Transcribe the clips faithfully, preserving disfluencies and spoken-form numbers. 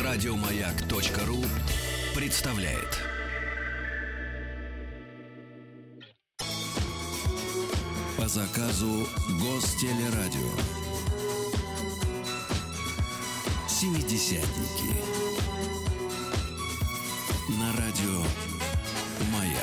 Радиомаяк.ру представляет. По заказу Гостелерадио. Семидесятники. На радио Маяк.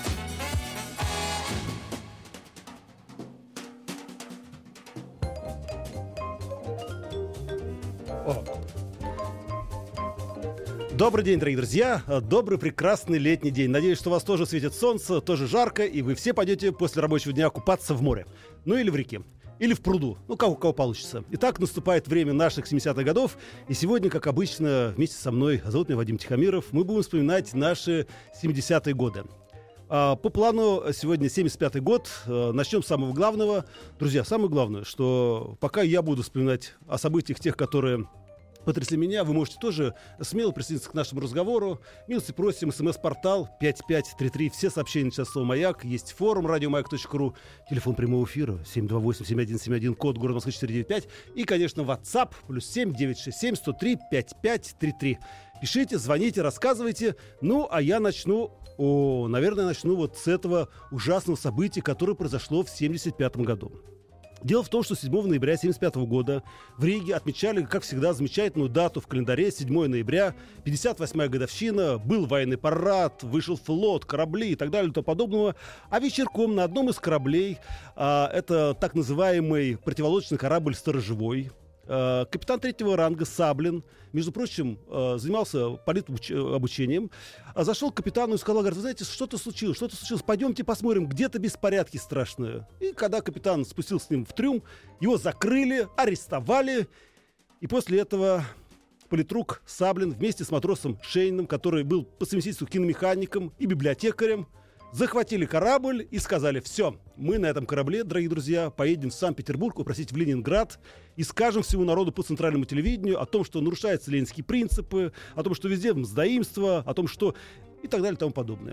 Добрый день, дорогие друзья. Добрый, прекрасный летний день. Надеюсь, что у вас тоже светит солнце, тоже жарко, и вы все пойдете после рабочего дня купаться в море. Ну или в реке. Или в пруду. Ну, как у кого получится. Итак, наступает время наших семидесятых годов. И сегодня, как обычно, вместе со мной, зовут меня Вадим Тихомиров, мы будем вспоминать наши семидесятые годы. По плану сегодня семьдесят пятый год. Начнем с самого главного. Друзья, самое главное, что пока я буду вспоминать о событиях тех, которые потрясли меня, вы можете тоже смело присоединиться к нашему разговору. Милости просим, смс-портал пять пять три три. Все сообщения сейчас слово «Маяк». Есть форум радиомаяк.ру. Телефон прямого эфира семь два восемь семь один семь один, код города Москвы четыре девять пять. И, конечно, WhatsApp плюс семь девятьсот шестьдесят семь сто три пятьдесят пять тридцать три. Пишите, звоните, рассказывайте. Ну, а я начну, о, наверное, начну вот с этого ужасного события, которое произошло в семьдесят пятом году. Дело в том, что седьмого ноября семьдесят пятого года в Риге отмечали, как всегда, замечательную дату в календаре, седьмого ноября, пятьдесят восьмая годовщина, был военный парад, вышел флот, корабли и так далее и тому подобного. А вечерком на одном из кораблей, а, это так называемый противолодочный корабль «Сторожевой», а, капитан третьего ранга Саблин, между прочим, а, занимался политобучением, а зашел к капитану и сказал, говорит, вы знаете, что-то случилось, что-то случилось, пойдемте посмотрим, где-то беспорядки страшные. И когда капитан спустился с ним в трюм, его закрыли, арестовали, и после этого политрук Саблин вместе с матросом Шейным, который был по совместительству киномехаником и библиотекарем, захватили корабль и сказали, все, мы на этом корабле, дорогие друзья, поедем в Санкт-Петербург, попросить в Ленинград и скажем всему народу по центральному телевидению о том, что нарушаются ленинские принципы, о том, что везде мздоимство, о том, что и так далее и тому подобное.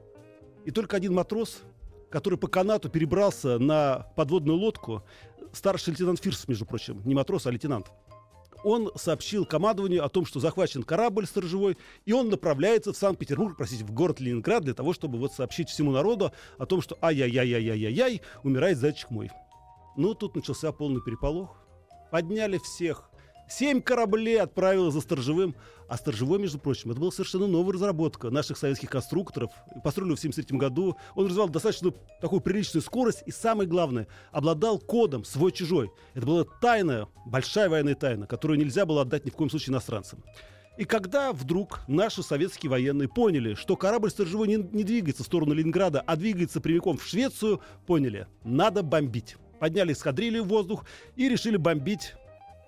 И только один матрос, который по канату перебрался на подводную лодку, старший лейтенант Фирс, между прочим, не матрос, а лейтенант, он сообщил командованию о том, что захвачен корабль сторожевой, и он направляется в Санкт-Петербург, простите, в город Ленинград, для того, чтобы вот сообщить всему народу о том, что ай-яй-яй-яй-яй-яй, умирает зайчик мой. Ну, тут начался полный переполох. Подняли всех. Семь кораблей отправило за сторожевым. А сторожевой, между прочим, это была совершенно новая разработка наших советских конструкторов. Построили его в семьдесят третьем году. Он развивал достаточно такую приличную скорость. И самое главное, обладал кодом свой-чужой. Это была тайна, большая военная тайна, которую нельзя было отдать ни в коем случае иностранцам. И когда вдруг наши советские военные поняли, что корабль сторожевой не, не двигается в сторону Ленинграда, а двигается прямиком в Швецию, поняли, надо бомбить. Подняли эскадрилью в воздух и решили бомбить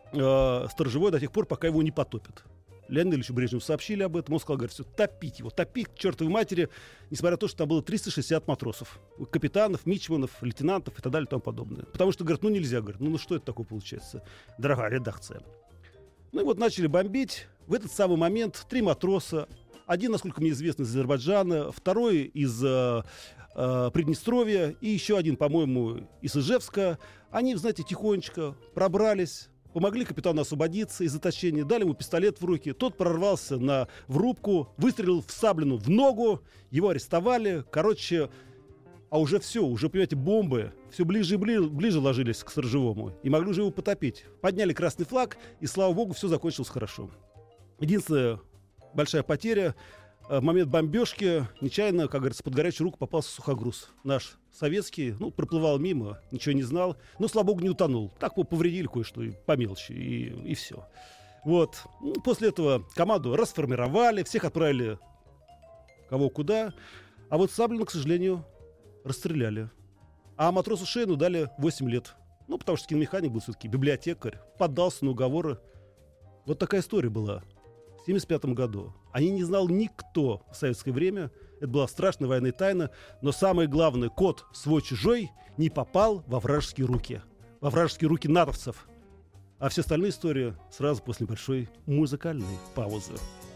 э, сторожевой до тех пор, пока его не потопят. Леониду Ильичу Брежневу сообщили об этом. Он сказал, говорит, все, топить его, топить к чертовой матери, несмотря на то, что там было триста шестьдесят матросов, капитанов, мичманов, лейтенантов и так далее и тому подобное. Потому что, говорит, ну нельзя, говорит, ну, ну что это такое получается, дорогая редакция. Ну и вот начали бомбить. В этот самый момент три матроса, один, насколько мне известно, из Азербайджана, второй из э, э, Приднестровья и еще один, по-моему, из Ижевска, они, знаете, тихонечко пробрались, помогли капитану освободиться из заточения, дали ему пистолет в руки. Тот прорвался на, в рубку, выстрелил в Саблину в ногу, его арестовали. Короче, а уже все, уже, понимаете, бомбы все ближе и ближе, ближе ложились к сторожевому. И могли уже его потопить. Подняли красный флаг, и, слава богу, все закончилось хорошо. Единственная большая потеря — в момент бомбежки нечаянно, как говорится, под горячую руку попался сухогруз. Наш советский, ну, проплывал мимо, ничего не знал, но, слава богу, не утонул. Так мы повредили кое-что и по мелочи, и, и все. Вот. Ну, после этого команду расформировали, всех отправили кого куда. А вот Саблина, к сожалению, расстреляли. А матросу Шейну дали восемь лет. Ну, потому что киномеханик был все-таки библиотекарь, поддался на уговоры. Вот такая история была. В семьдесят пятом году. О ней не знал никто в советское время. Это была страшная военная тайна. Но самое главное, код свой-чужой не попал во вражеские руки. Во вражеские руки натовцев. А все остальные истории сразу после большой музыкальной паузы.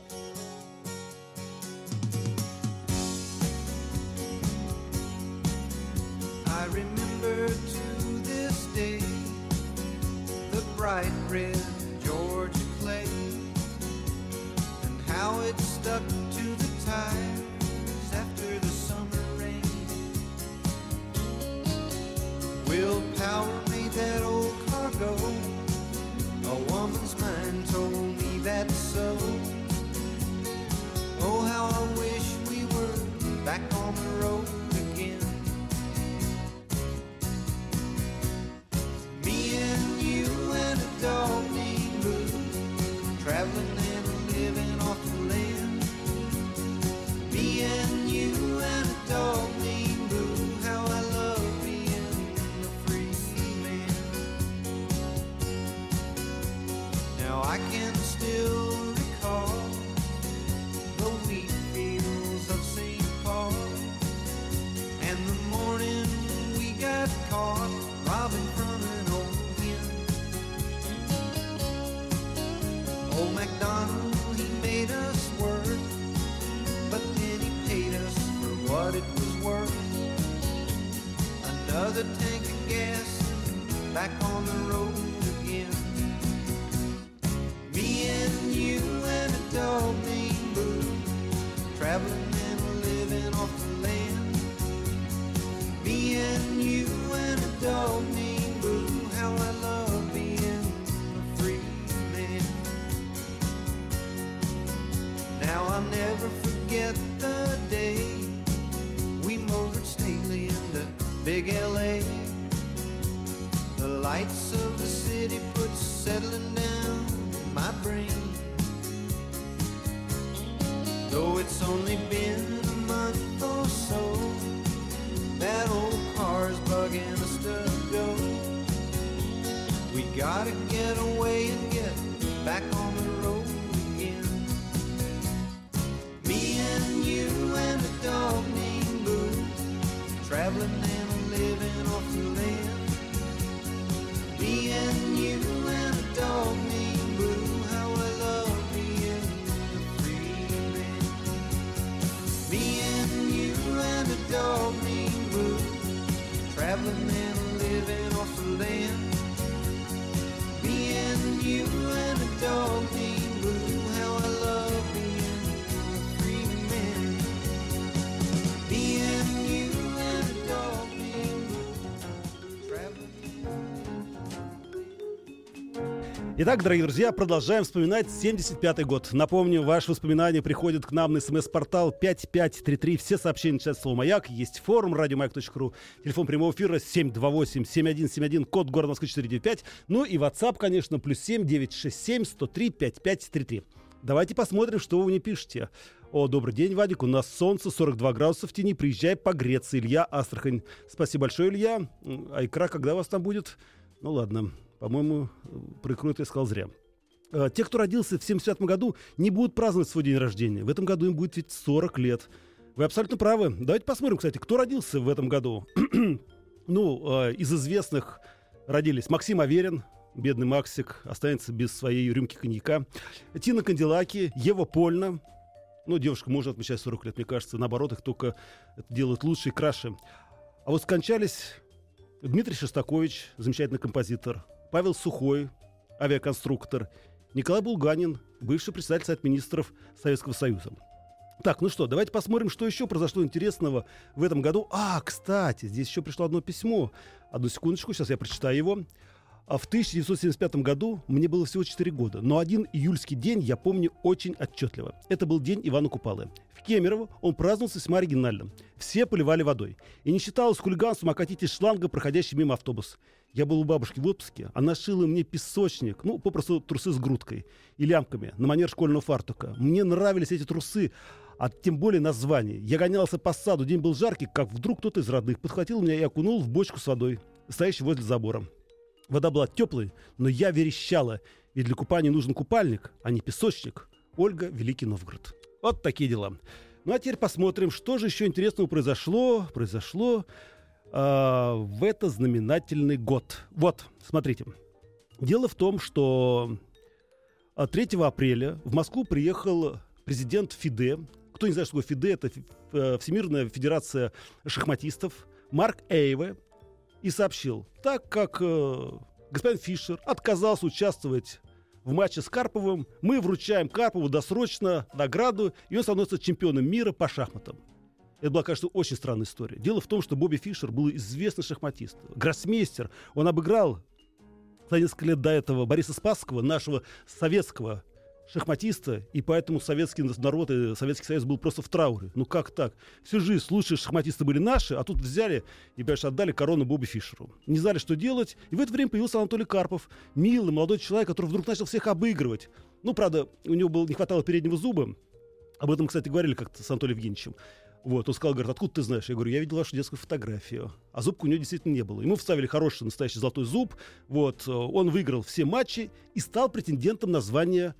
I remember to this day the bright red Georgia clay it stuck to the tires after the summer rain. Willpower made that old car go. A woman's mind told me that's so. Oh, how I wish we were back on the road again. Me and you and a dog named Boo, traveling and living off the land. Me and you and a dog named Boo, how I love being a free man. Now I can still recall the wheat fields of Saint Paul, and the morning we got caught robbing from an old inn. Old MacDonald, he made us work, but then he paid us for what it was worth. Another tank of gas, back on the road again. Me and you and a dog named Boo, traveling and living off the land. Me and you and a dog named Boo, how I love being a free man. Now I'll never forget the day we motored stately into big L A. The lights of the city put settling down in my brain. Though it's only been a month or so, that old car's bugging us to go. We gotta get away and get back on the road again. Me and you and a dog named Boo, traveling and living off the land. Me and you and a dog named Boo, how I love being a free man. Me and you and a dog named Boo, traveling and living off the land. Me and you and a dog named Boo, how I love being a free man. Me and you and a dog named Boo, traveling. Итак, дорогие друзья, продолжаем вспоминать семьдесят пятый год. Напомню, ваши воспоминания приходят к нам на смс-портал пять пять три три. Все сообщения начинают слово «Маяк». Есть форум радиомаяк точка ру. Телефон прямого эфира семь два восемь семь один семь один, код города Москвы четыре девять пять. Ну и WhatsApp, конечно, плюс семь девятьсот шестьдесят семь сто три пятьдесят пять тридцать три. Давайте посмотрим, что вы мне пишете. О, добрый день, Вадик. У нас солнце, сорок два градуса в тени. Приезжай погреться. Илья, Астрахань. Спасибо большое, Илья. А икра когда у вас там будет? Ну ладно. По-моему, про икру это я сказал зря. Э, те, кто родился в семьдесят пятом году, не будут праздновать свой день рождения. В этом году им будет ведь сорок лет. Вы абсолютно правы. Давайте посмотрим, кстати, кто родился в этом году. Ну, э, из известных родились Максим Аверин, бедный Максик, останется без своей рюмки коньяка. Тина Канделаки, Ева Польна. Ну, девушка может отмечать сорок лет, мне кажется. Наоборот, их только делают лучше и краше. А вот скончались Дмитрий Шостакович, замечательный композитор. Павел Сухой, авиаконструктор. Николай Булганин, бывший председатель Совета министров Советского Союза. Так, ну что, давайте посмотрим, что еще произошло интересного в этом году. А, кстати, здесь еще пришло одно письмо. Одну секундочку, сейчас я прочитаю его. А в тысяча девятьсот семьдесят пятом году мне было всего четыре года, но один июльский день я помню очень отчетливо. Это был день Ивана Купалы. В Кемерово он праздновался весьма оригинально. Все поливали водой. И не считалось хулиганством окатить из шланга проходящий мимо автобус. Я был у бабушки в отпуске, она шила мне песочник, ну, попросту трусы с грудкой и лямками, на манер школьного фартука. Мне нравились эти трусы, а тем более название. Я гонялся по саду, день был жаркий, как вдруг кто-то из родных подхватил меня и окунул в бочку с водой, стоящей возле забора. Вода была теплой, но я верещала, ведь для купания нужен купальник, а не песочник. Ольга, Великий Новгород. Вот такие дела. Ну а теперь посмотрим, что же еще интересного произошло, произошло э, в этот знаменательный год. Вот, смотрите. Дело в том, что третьего апреля в Москву приехал президент ФИДЕ. Кто не знает, что такое ФИДЕ, это Всемирная Федерация шахматистов, Марк Эйве, и сообщил, так как э, господин Фишер отказался участвовать в матче с Карповым мы вручаем Карпову досрочно награду, и он становится чемпионом мира по шахматам. Это была, конечно, очень странная история. Дело в том, что Бобби Фишер был известный шахматист, гроссмейстер. Он обыграл за несколько лет до этого Бориса Спасского, нашего советского шахматиста, и поэтому советский народ и Советский Союз был просто в трауре. Ну как так? Всю жизнь лучшие шахматисты были наши, а тут взяли и, конечно, отдали корону Бобби Фишеру. Не знали, что делать, и в это время появился Анатолий Карпов, милый молодой человек, который вдруг начал всех обыгрывать. Ну, правда, у него был, не хватало переднего зуба. Об этом, кстати, говорили как-то с Анатолием Евгеньевичем. Вот, он сказал, говорит, откуда ты знаешь? Я говорю, я видел вашу детскую фотографию. А зубка у него действительно не было. Ему вставили хороший, настоящий золотой зуб. Вот, он выиграл все матчи и стал претендентом на звание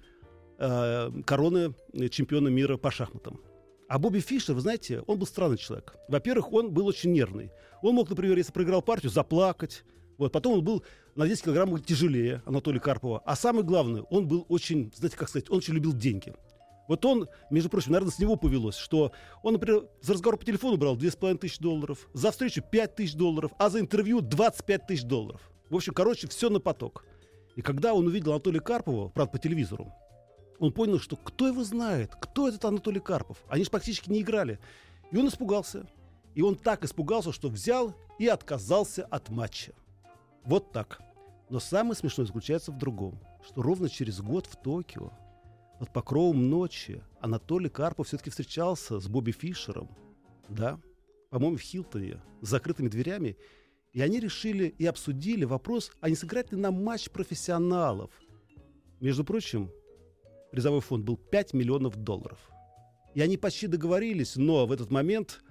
э, короны чемпиона мира по шахматам. А Бобби Фишер, вы знаете, он был странный человек. Во-первых, он был очень нервный. Он мог, например, если проиграл партию, заплакать. Вот, потом он был на десять килограммов тяжелее Анатолия Карпова. А самое главное, он был очень, знаете, как сказать, он очень любил деньги. Вот он, между прочим, наверное, с него повелось, что он, например, за разговор по телефону брал две с половиной тысячи долларов, за встречу пять тысяч долларов, а за интервью двадцать пять тысяч долларов. В общем, короче, все на поток. И когда он увидел Анатолия Карпова, правда, по телевизору, он понял, что кто его знает, кто этот Анатолий Карпов. Они же практически не играли. И он испугался. И он так испугался, что взял и отказался от матча. Вот так. Но самое смешное заключается в другом, что ровно через год в Токио под покровом ночи Анатолий Карпов все-таки встречался с Бобби Фишером, да, по-моему, в Хилтоне, с закрытыми дверями, и они решили и обсудили вопрос, а не сыграть ли нам матч профессионалов. Между прочим, призовой фонд был пять миллионов долларов. И они почти договорились, но в этот момент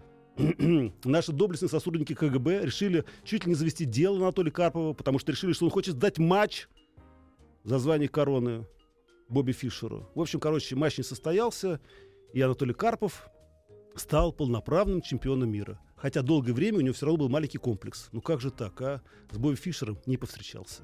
наши доблестные сотрудники ка гэ бэ решили чуть ли не завести дело на Анатолия Карпова, потому что решили, что он хочет сдать матч за звание короны Бобби Фишеру. В общем, короче, матч не состоялся, и Анатолий Карпов стал полноправным чемпионом мира. Хотя долгое время у него все равно был маленький комплекс. Ну как же так, а? С Бобби Фишером не повстречался.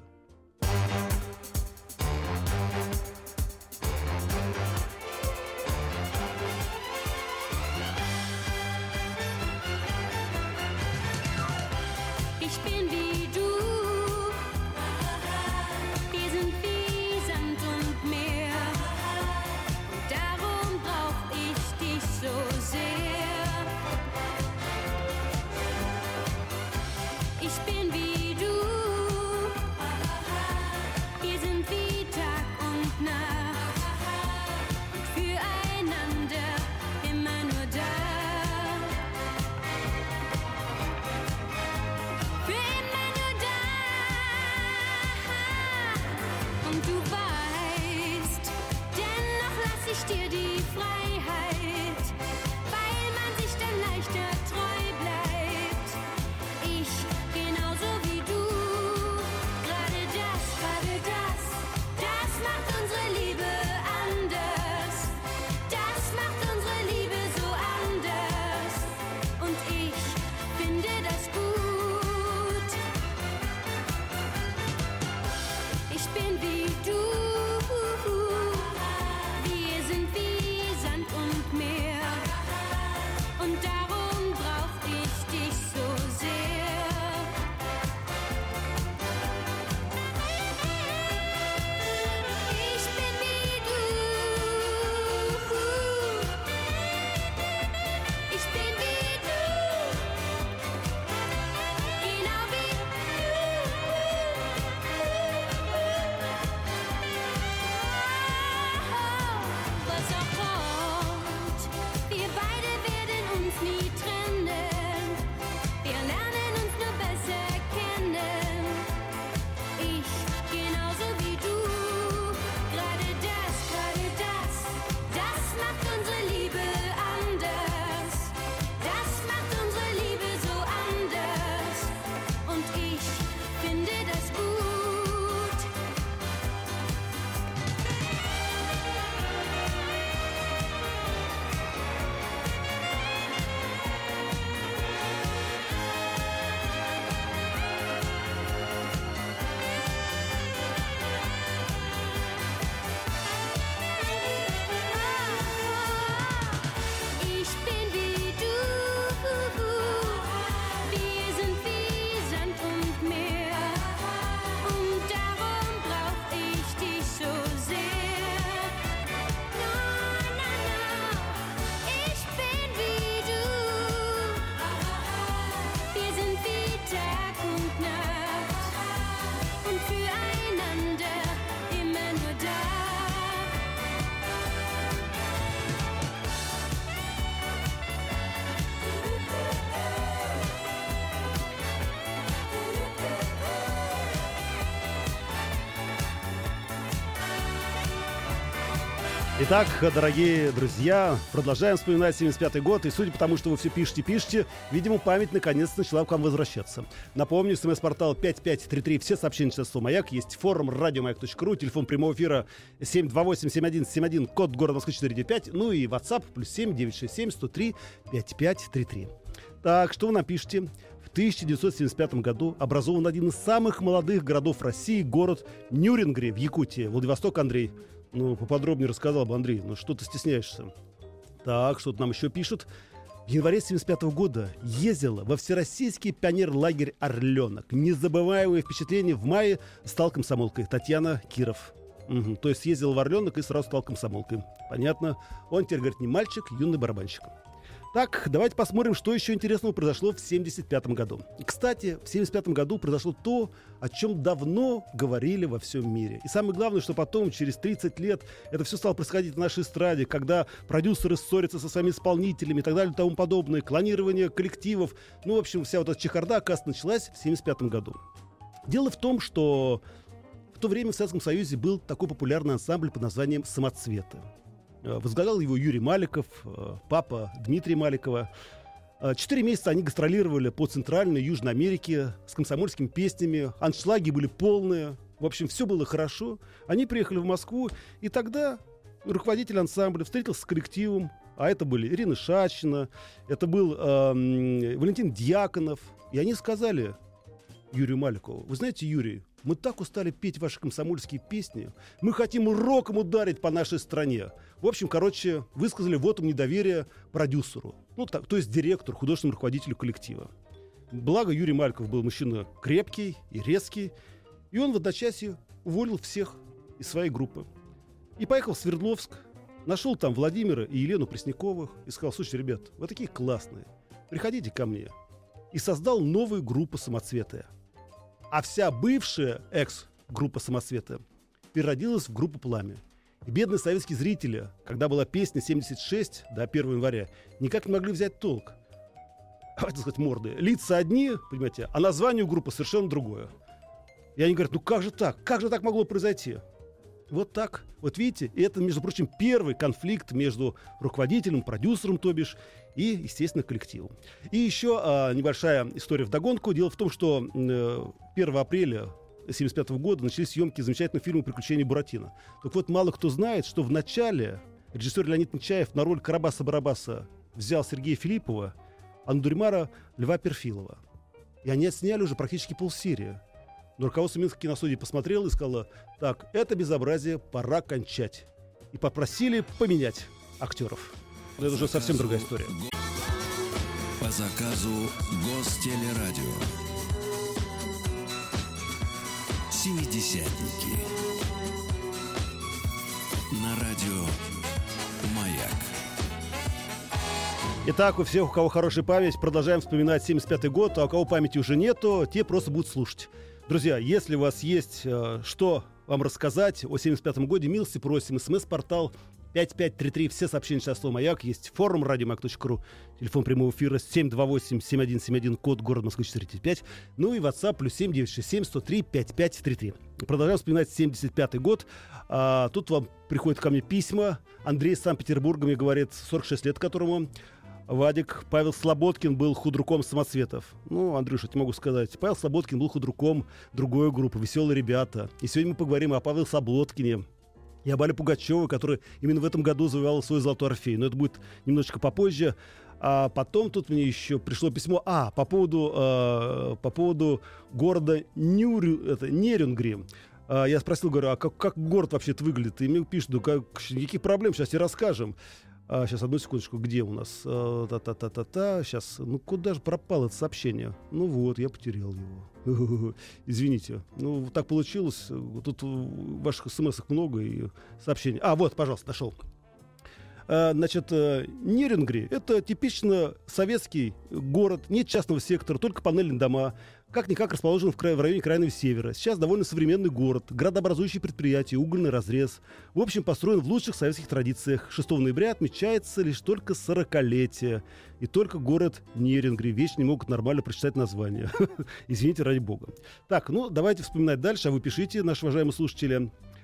Итак, дорогие друзья, продолжаем вспоминать семьдесят пятый год. И судя по тому, что вы все пишете-пишете, видимо, память наконец начала к вам возвращаться. Напомню, смс-портал пять пять три три. Все сообщения сейчас слово «Маяк». Есть форум радиомаяк точка ру, телефон прямого эфира семь два восемь семь один семь один, код города Москвы четыре девять пять. Ну и WhatsApp плюс семь девятьсот шестьдесят семь сто три пятьдесят пять тридцать три. Так, что вы напишите? В тысяча девятьсот семьдесят пятом году образован один из самых молодых городов России, город Нюрингри в Якутии. Владивосток, Андрей. Ну, поподробнее рассказал бы, Андрей. Ну, что ты стесняешься? Так, что-то нам еще пишут. В январе семьдесят пятого года ездила во всероссийский пионер-лагерь «Орленок». Незабываемые впечатления в мае стал комсомолкой. Татьяна Киров. Угу. То есть ездил в «Орленок» и сразу стал комсомолкой. Понятно. Он теперь, говорит, не мальчик, юный барабанщик. Так, давайте посмотрим, что еще интересного произошло в семьдесят пятом году. Кстати, в семьдесят пятом году произошло то, о чем давно говорили во всем мире. И самое главное, что потом, через тридцать лет, это все стало происходить в нашей эстраде, когда продюсеры ссорятся со своими исполнителями и так далее и тому подобное, клонирование коллективов. Ну, в общем, вся вот эта чехарда, оказывается, началась в семьдесят пятом году. Дело в том, что в то время в Советском Союзе был такой популярный ансамбль под названием «Самоцветы». Возглавлял его Юрий Маликов, папа Дмитрия Маликова. Четыре месяца они гастролировали по Центральной и Южной Америке с комсомольскими песнями. Аншлаги были полные. В общем, все было хорошо. Они приехали в Москву, и тогда руководитель ансамбля встретился с коллективом. А это были Ирина Шачина, это был э, Валентин Дьяконов. И они сказали Юрию Маликову: вы знаете, Юрий, мы так устали петь ваши комсомольские песни. Мы хотим роком ударить по нашей стране. В общем, короче, высказали вотум недоверия продюсеру. Ну, так, то есть директору, художественному руководителю коллектива. Благо, Юрий Маликов был мужчина крепкий и резкий. И он в одночасье уволил всех из своей группы. И поехал в Свердловск. Нашел там Владимира и Елену Пресняковых. И сказал: слушайте, ребят, вы такие классные. Приходите ко мне. И создал новую группу «Самоцветы». А вся бывшая экс-группа «Самоцветы» переродилась в группу «Пламя». И бедные советские зрители, когда была песня семьдесят шесть, до первого января, никак не могли взять толк. Давайте сказать, морды. Лица одни, понимаете, а название у группы совершенно другое. И они говорят: ну как же так? Как же так могло произойти? Вот так. Вот видите, и это, между прочим, первый конфликт между руководителем, продюсером, то бишь, и, естественно, коллективом. И еще а, небольшая история вдогонку. Дело в том, что э, первого апреля семьдесят пятого года начались съемки замечательного фильма «Приключения Буратино». Так вот, мало кто знает, что в начале режиссер Леонид Нечаев на роль Карабаса-Барабаса взял Сергея Филиппова, а на Дуримара Льва Перфилова. И они отсняли уже практически полсерии. Но руководство Минской киностудии посмотрело и сказало: так, это безобразие пора кончать. И попросили поменять актеров. Но это уже совсем другая история. По заказу Гостелерадио. Семидесятники. На радио «Маяк». Итак, у всех, у кого хорошая память, продолжаем вспоминать семьдесят пятый год, а у кого памяти уже нету, те просто будут слушать. Друзья, если у вас есть э, что вам рассказать о семьдесят пятом году, милости просим. СМС-портал пять пять три три. Все сообщения сейчас слово «Маяк». Есть форум радиомаяк точка ру. Телефон прямого эфира семь два восемь семь один семь один, код город Москвы четыре девять пять. Ну и WhatsApp плюс семь девятьсот шестьдесят семь сто три пятьдесят пять тридцать три. Продолжаем вспоминать семьдесят пятый год. А, тут вам приходят ко мне письма. Андрей из Санкт-Петербурга мне говорит, сорок шесть лет которому. Вадик, Павел Слободкин был худруком «Самоцветов». Ну, Андрюш, я тебе могу сказать. Павел Слободкин был худруком другой группы «Веселые ребята». И сегодня мы поговорим о Павеле Слободкине и об Але Пугачевой, которая именно в этом году завоевала свой «Золотой Орфей». Но это будет немножечко попозже. А потом тут мне еще пришло письмо а, по поводу, э, по поводу города Нюрю, это, Нерюнгри. А, я спросил, говорю, а как, как город вообще-то выглядит? И мне пишут: ну, как, никаких проблем, сейчас тебе расскажем. А, сейчас, одну секундочку, где у нас? А, та-та-та-та-та. Сейчас, ну куда же пропало это сообщение? Ну вот, я потерял его. Извините. Ну, так получилось. Тут ваших смс-ок много и сообщений. А, вот, пожалуйста, нашел. А, значит, Нерюнгри — это типично советский город, нет частного сектора, только панельные дома. Как-никак расположен в, край, в районе Крайнего Севера. Сейчас довольно современный город, градообразующие предприятия, угольный разрез. В общем, построен в лучших советских традициях. шестого ноября отмечается лишь только сорокалетие. И только город Нерюнгри вечно не могут нормально прочитать название. Извините, ради бога. Так, ну давайте вспоминать дальше, а вы пишите, наши уважаемые слушатели.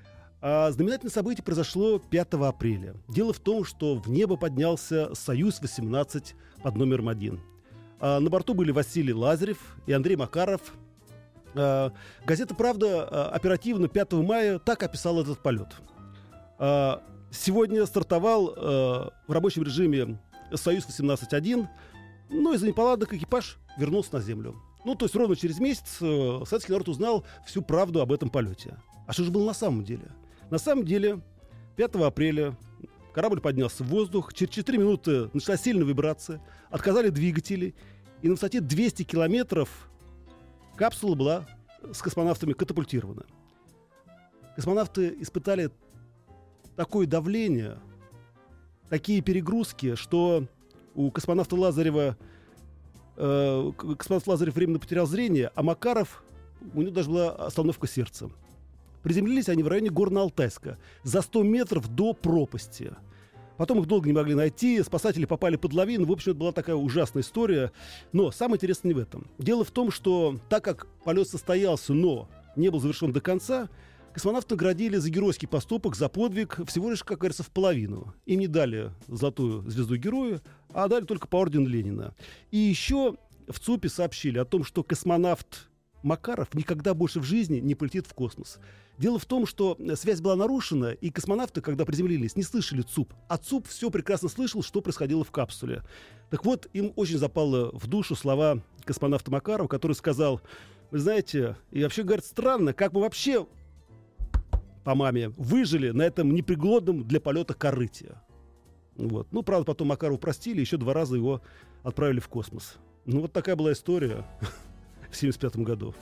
А знаменательное событие произошло пятого апреля. Дело в том, что в небо поднялся Союз восемнадцать под номером один. А на борту были Василий Лазарев и Андрей Макаров. А, газета «Правда» а, оперативно пятого мая так описала этот полет. А, сегодня стартовал а, в рабочем режиме Союз восемнадцать один, но из-за неполадок экипаж вернулся на землю. Ну, то есть ровно через месяц а, советский народ узнал всю правду об этом полете. А что же было на самом деле? На самом деле, пятого апреля корабль поднялся в воздух, через четыре минуты началась сильная вибрация, отказали двигатели, и на высоте двести километров капсула была с космонавтами катапультирована. Космонавты испытали такое давление, такие перегрузки, что у космонавта Лазарева э, космонавт Лазарев временно потерял зрение, а Макаров, у него даже была остановка сердца. Приземлились они в районе Горно-Алтайска, за сто метров до пропасти. Потом их долго не могли найти, спасатели попали под лавину. В общем, это была такая ужасная история. Но самое интересное не в этом. Дело в том, что так как полет состоялся, но не был завершен до конца, космонавты наградили за геройский поступок, за подвиг всего лишь, как говорится, в половину. Им не дали золотую звезду героя, а дали только по ордену Ленина. И еще в ЦУПе сообщили о том, что космонавт Макаров никогда больше в жизни не полетит в космос. Дело в том, что связь была нарушена, и космонавты, когда приземлились, не слышали ЦУП. А ЦУП все прекрасно слышал, что происходило в капсуле. Так вот, им очень запало в душу слова космонавта Макарова, который сказал: вы знаете, и вообще, говорит, странно, как мы вообще, по маме, выжили на этом непригодном для полета корыте. Вот. Ну, правда, потом Макарова простили, еще два раза его отправили в космос. Ну, вот такая была история в семьдесят пятом году.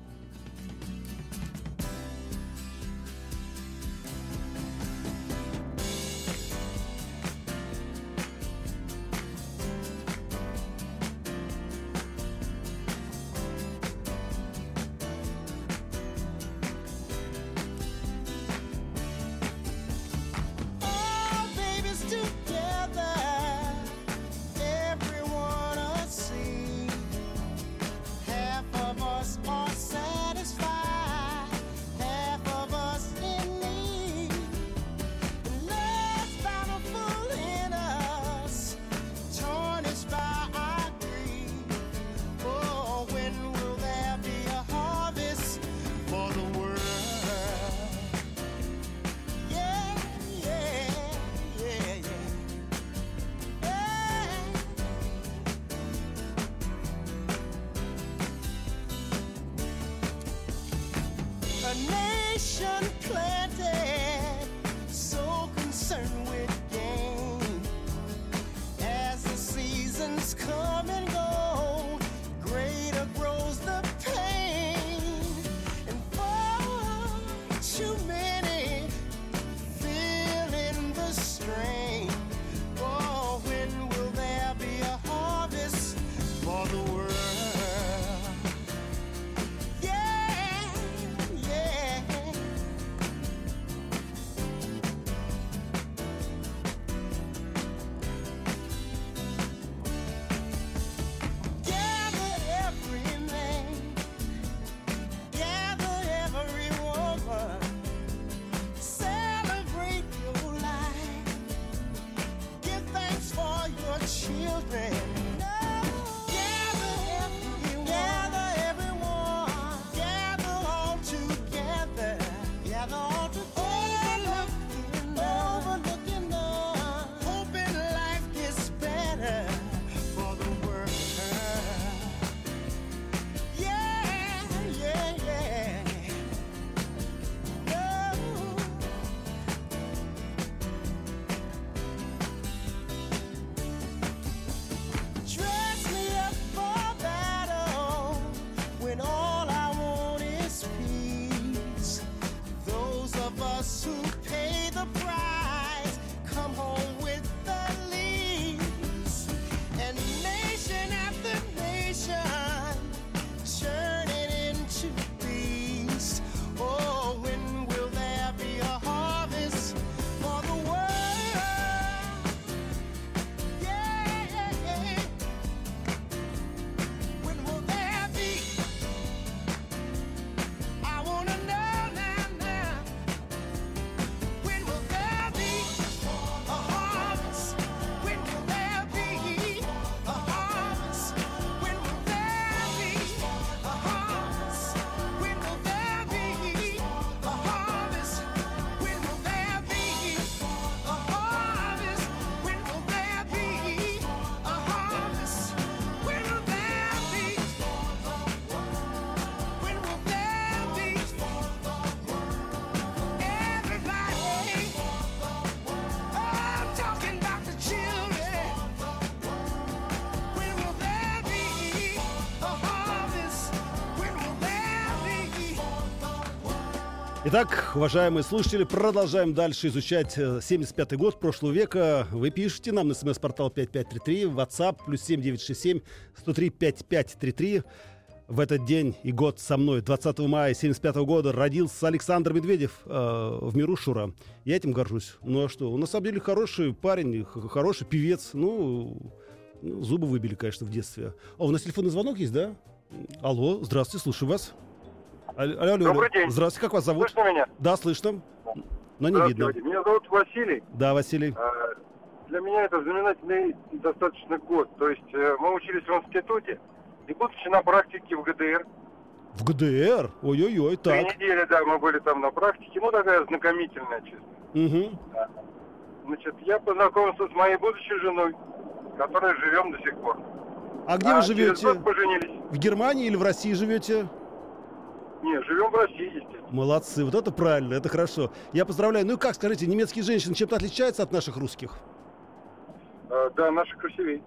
A nation planted, so concerned with gain. As the seasons come and go, greater grows the pain. And far too many feeling the strain. Oh, when will there be a harvest for the world? Children, gather everyone, gather everyone, gather all together, gather all together, overlooking, overlooking the, hoping life gets better for the world. Yeah, yeah, yeah. Oh. Dress me up for battle when all I want is peace. Those of us who pay the price come home with the least. And nation after nation turning into beast. Oh, when will there be a harvest for the world? Итак, уважаемые слушатели, продолжаем дальше изучать семьдесят пятый год прошлого века. Вы пишите нам на смс-портал пять пять три три, WhatsApp плюс семь девятьсот шестьдесят семь сто три пятьдесят пять тридцать три. В этот день и год со мной, двадцатого мая семьдесят пятого года, родился Александр Медведев э, в миру Шура. Я этим горжусь. Ну а что? Он на самом деле хороший парень, х- хороший певец. Ну, ну, зубы выбили, конечно, в детстве. А у нас телефонный звонок есть, да? Алло, здравствуйте, слушаю вас. Алло, алло, алло. Добрый день. Здравствуйте, как вас зовут? Слышно меня? Да, слышно. Но не видно. Здравствуйте. Меня зовут Василий. Да, Василий. А, Для меня это знаменательный достаточно год. То есть э, мы учились в институте, и будучи на практике в ГДР, В ГДР? Ой-ой-ой, три так. недели, да, мы были там на практике, ну такая знакомительная, честно. Угу. Значит, я познакомился с моей будущей женой, которой живем до сих пор. А где А вы через живете? год поженились. В Германии или в России живете? Не, живем в России, естественно. Молодцы, вот это правильно, это хорошо. Я поздравляю. Ну и как, скажите, немецкие женщины чем-то отличаются от наших русских? А, да, наши красивее.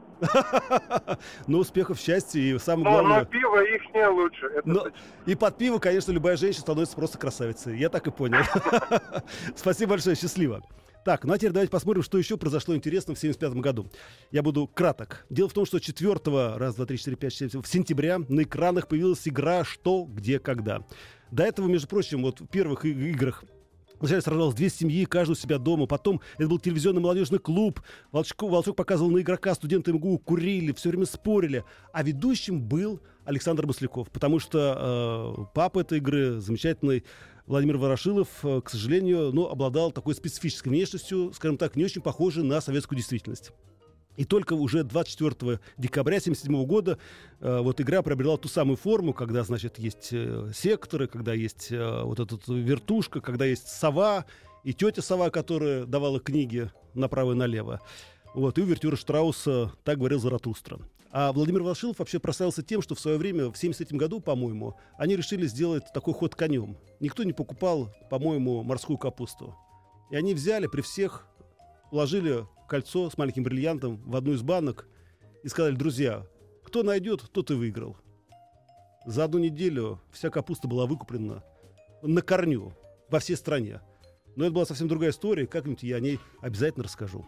Ну, успехов, счастья и самое Но, но главное... пиво ихнее лучше. Это Но- точно. И под пиво, конечно, любая женщина становится просто красавицей. Я так и понял. Спасибо большое, счастливо. Так, ну а теперь давайте посмотрим, что еще произошло интересно в семьдесят пятом году. Я буду краток. Дело в том, что четвёртого, раз, два, три, четыре, пять, шесть, в сентября на экранах появилась игра «Что, где, когда». До этого, между прочим, вот в первых и- играх вначале сражалось две семьи, каждый у себя дома. Потом это был телевизионный молодежный клуб. Волчко, Волчок показывал на игрока, студенты МГУ курили, все время спорили. А ведущим был Александр Масляков, потому что э, папа этой игры, замечательный Владимир Ворошилов, э, к сожалению, ну, обладал такой специфической внешностью, скажем так, не очень похожей на советскую действительность. И только уже двадцать четвёртого декабря тысяча девятьсот семьдесят седьмого года э, вот игра приобрела ту самую форму, когда, значит, есть э, секторы, когда есть э, вот эта вот вертушка, когда есть сова и тетя сова, которая давала книги направо и налево. Вот, и увертюра Штрауса «Так говорил Заратустра». А Владимир Ворошилов вообще прославился тем, что в свое время, в семьдесят третьем году, по-моему, они решили сделать такой ход конем. Никто не покупал, по-моему, морскую капусту. И они взяли при всех, положили кольцо с маленьким бриллиантом в одну из банок и сказали: друзья, кто найдет, тот и выиграл. За одну неделю вся капуста была выкуплена на корню во всей стране. Но это была совсем другая история, как-нибудь я о ней обязательно расскажу.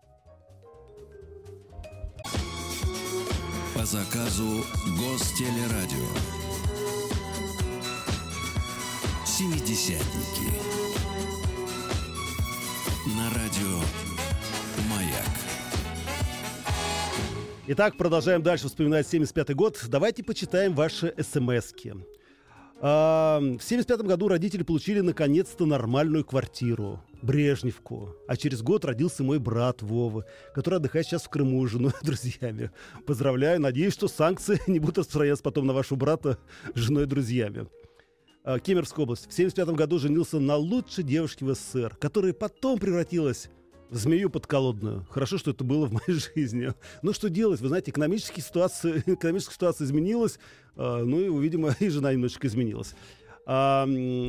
По заказу Гостелерадио. Семидесятники. На радио «Маяк». Итак, продолжаем дальше вспоминать семьдесят пятый год. Давайте почитаем ваши смски. А, в семьдесят пятом году родители получили наконец-то нормальную квартиру, Брежневку. А через год родился мой брат Вова, который отдыхает сейчас в Крыму с женой и друзьями. Поздравляю, надеюсь, что санкции не будут распространяться потом на вашего брата с женой и друзьями. А, Кемеровская область. В семьдесят пятом году женился на лучшей девушке в СССР, которая потом превратилась в змею подколодную. Хорошо, что это было в моей жизни. Ну, что делать? Вы знаете, экономическая ситуация, экономическая ситуация изменилась. э, ну, и, видимо, и жена немножечко изменилась. А,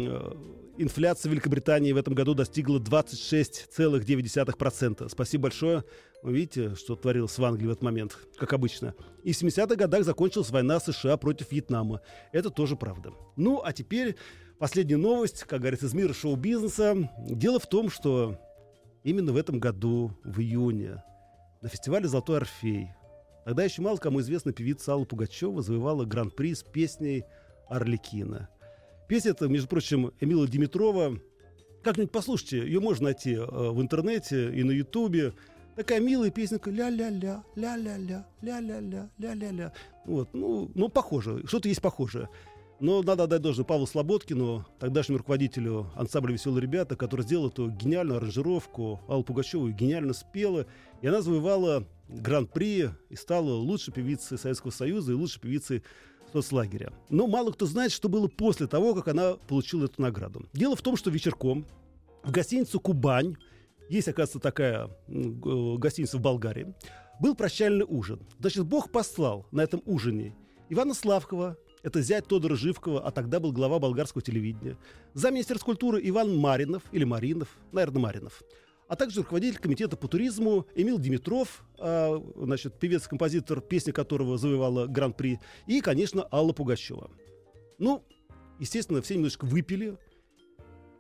м, инфляция в Великобритании в этом году достигла двадцать шесть целых девять десятых процента. Спасибо большое. Вы видите, что творилось в Англии в этот момент, как обычно. И в семидесятых годах закончилась война США против Вьетнама. Это тоже правда. Ну, а теперь последняя новость, как говорится, из мира шоу-бизнеса. Дело в том, что именно в этом году, в июне, на фестивале «Золотой Орфей», тогда еще мало кому известна певица Алла Пугачева завоевала гран-при с песней «Арлекино». Песня эта, между прочим, Эмила Димитрова. Как-нибудь послушайте, ее можно найти э, в интернете и на Ютубе. Такая милая песенка, ля-ля-ля, ля-ля-ля, ля-ля-ля, ля-ля-ля. Вот, ну, ну, похоже, что-то есть похожее. Но надо отдать должное Павлу Слободкину, тогдашнему руководителю ансамбля «Веселые ребята», который сделал эту гениальную аранжировку. Алла Пугачева гениально спела, и она завоевала гран-при и стала лучшей певицей Советского Союза и лучшей певицей соцлагеря. Но мало кто знает, что было после того, как она получила эту награду. Дело в том, что вечерком в гостиницу «Кубань», есть, оказывается, такая э, гостиница в Болгарии, был прощальный ужин. Значит, Бог послал на этом ужине Ивана Славкова, это зять Тодора Живкова, а тогда был глава болгарского телевидения, замминистра культуры Иван Маринов, или Маринов, наверное, Маринов, а также руководитель комитета по туризму Эмил Димитров, э, значит, певец-композитор, песня которого завоевала гран-при, и, конечно, Алла Пугачева. Ну, естественно, все немножечко выпили,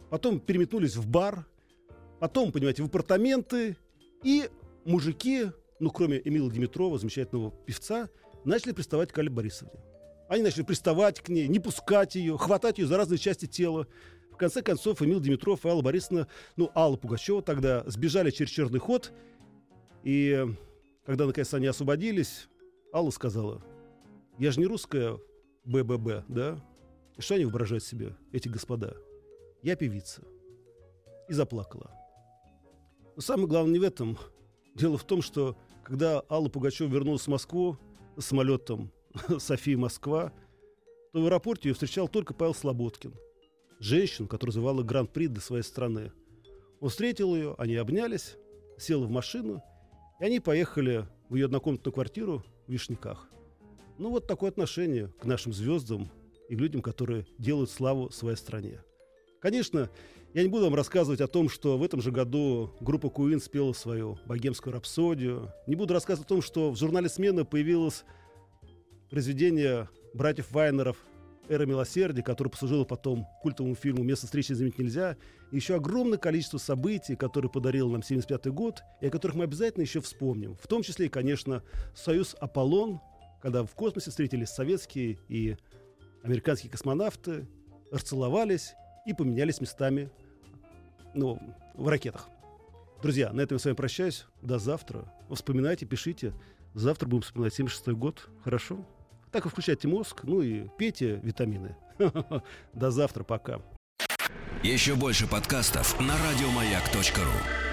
потом переметнулись в бар, потом, понимаете, в апартаменты, и мужики, ну, кроме Эмила Димитрова, замечательного певца, начали приставать к Алле Борисовне. Они начали приставать к ней, не пускать ее, хватать ее за разные части тела. В конце концов, Эмил Димитров и Алла Борисовна, ну, Алла Пугачева тогда, сбежали через черный ход. И когда, наконец, они освободились, Алла сказала: я же не русская БББ, да? И что они воображают себе, эти господа? Я певица. И заплакала. Но самое главное не в этом. Дело в том, что когда Алла Пугачева вернулась в Москву с самолетом София-Москва, то в аэропорте ее встречал только Павел Слободкин, женщину, которая завоевала гран-при для своей страны. Он встретил ее, они обнялись, села в машину, и они поехали в ее однокомнатную квартиру в Вишняках. Ну вот такое отношение к нашим звездам и к людям, которые делают славу своей стране. Конечно, я не буду вам рассказывать о том, что в этом же году группа Queen спела свою богемскую рапсодию. Не буду рассказывать о том, что в журнале «Смена» появилось произведение братьев Вайнеров «Эра милосердия», которое послужило потом культовому фильму «Место встречи изменить нельзя». И еще огромное количество событий, которые подарил нам семьдесят пятый год, и о которых мы обязательно еще вспомним. В том числе и, конечно, союз «Аполлон», когда в космосе встретились советские и американские космонавты, расцеловались и поменялись местами, ну, в ракетах. Друзья, на этом я с вами прощаюсь. До завтра. Вспоминайте, пишите. Завтра будем вспоминать семьдесят шестой год. Хорошо? Так и включайте мозг, ну и пейте витамины. До завтра, пока. Еще больше подкастов на радиомаяк точка ру.